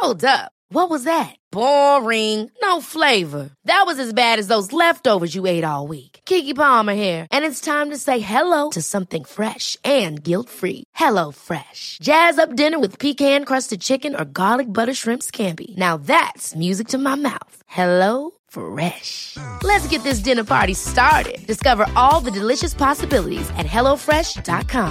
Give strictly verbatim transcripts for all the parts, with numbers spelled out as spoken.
Hold up. What was that? Boring. No flavor. That was as bad as those leftovers you ate all week. Keke Palmer here, and it's time to say hello to something fresh and guilt-free. Hello Fresh. Jazz up dinner with pecan-crusted chicken or garlic butter shrimp scampi. Now that's music to my mouth. Hello Fresh. Let's get this dinner party started. Discover all the delicious possibilities at hello fresh dot com.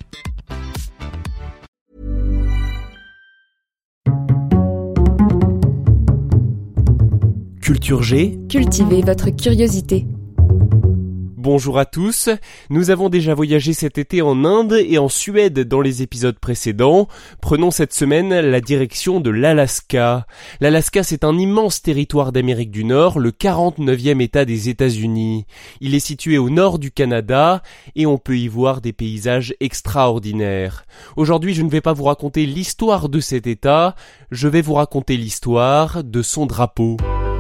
Culture G. Cultivez votre curiosité. Bonjour à tous, nous avons déjà voyagé cet été en Inde et en Suède dans les épisodes précédents. Prenons cette semaine la direction de l'Alaska. L'Alaska, c'est un immense territoire d'Amérique du Nord, le quarante-neuvième État des États-Unis. Il est situé au nord du Canada et on peut y voir des paysages extraordinaires. Aujourd'hui, je ne vais pas vous raconter l'histoire de cet État, je vais vous raconter l'histoire de son drapeau.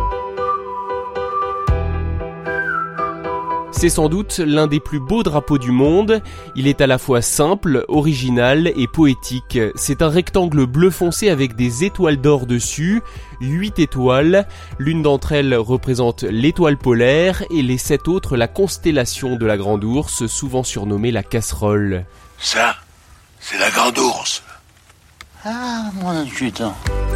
C'est sans doute l'un des plus beaux drapeaux du monde. Il est à la fois simple, original et poétique. C'est un rectangle bleu foncé avec des étoiles d'or dessus, huit étoiles. L'une d'entre elles représente l'étoile polaire et les sept autres la constellation de la Grande Ourse, souvent surnommée la casserole. Ça, c'est la Grande Ourse. Ah, mon putain.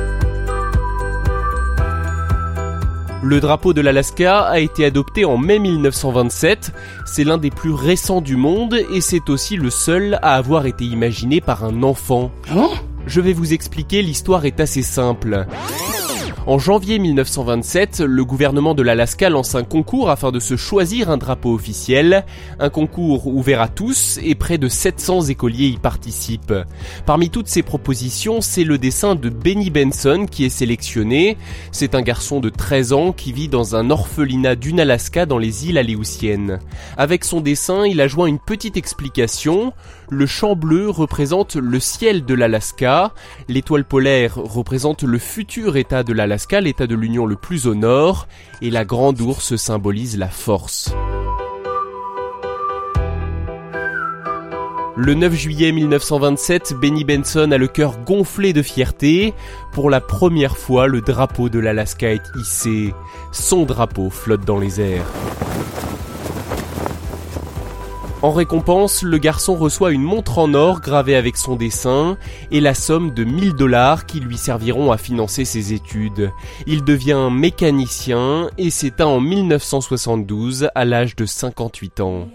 Le drapeau de l'Alaska a été adopté en mai mille neuf cent vingt-sept, c'est l'un des plus récents du monde et c'est aussi le seul à avoir été imaginé par un enfant. Hein ? Je vais vous expliquer, l'histoire est assez simple. En janvier mille neuf cent vingt-sept, le gouvernement de l'Alaska lance un concours afin de se choisir un drapeau officiel. Un concours ouvert à tous et près de sept cents écoliers y participent. Parmi toutes ces propositions, c'est le dessin de Benny Benson qui est sélectionné. C'est un garçon de treize ans qui vit dans un orphelinat d'Unalaska dans les îles Aléoutiennes. Avec son dessin, il a joint une petite explication. Le champ bleu représente le ciel de l'Alaska. L'étoile polaire représente le futur état de l'Alaska. L'état de l'Union le plus au nord, et la Grande Ourse symbolise la force. Le neuf juillet mille neuf cent vingt-sept, Benny Benson a le cœur gonflé de fierté. Pour la première fois, le drapeau de l'Alaska est hissé. Son drapeau flotte dans les airs. En récompense, le garçon reçoit une montre en or gravée avec son dessin et la somme de mille dollars qui lui serviront à financer ses études. Il devient mécanicien et s'éteint en mille neuf cent soixante-douze à l'âge de cinquante-huit ans.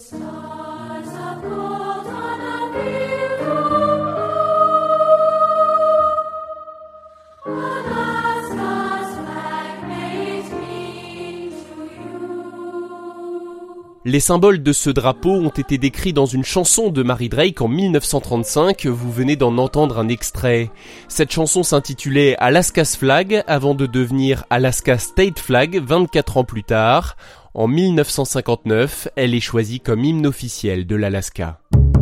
Les symboles de ce drapeau ont été décrits dans une chanson de Mary Drake en mille neuf cent trente-cinq, vous venez d'en entendre un extrait. Cette chanson s'intitulait Alaska's Flag avant de devenir Alaska State Flag vingt-quatre ans plus tard. En mille neuf cent cinquante-neuf, elle est choisie comme hymne officiel de l'Alaska.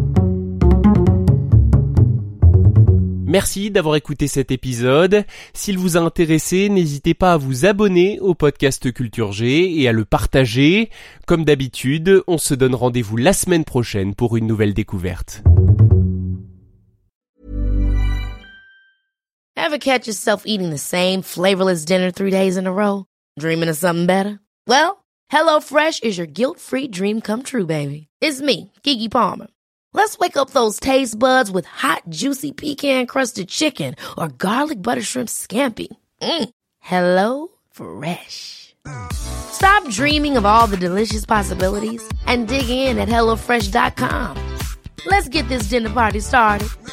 Merci d'avoir écouté cet épisode. S'il vous a intéressé, n'hésitez pas à vous abonner au podcast Culture G et à le partager. Comme d'habitude, on se donne rendez-vous la semaine prochaine pour une nouvelle découverte. Ever catch yourself eating the same flavorless dinner three days in a row? Dreaming of something better? Well, HelloFresh is your guilt-free dream come true, baby. It's me, Keke Palmer. Let's wake up those taste buds with hot, juicy pecan-crusted chicken or garlic butter shrimp scampi. Mm. Hello Fresh. Stop dreaming of all the delicious possibilities and dig in at hello fresh dot com. Let's get this dinner party started.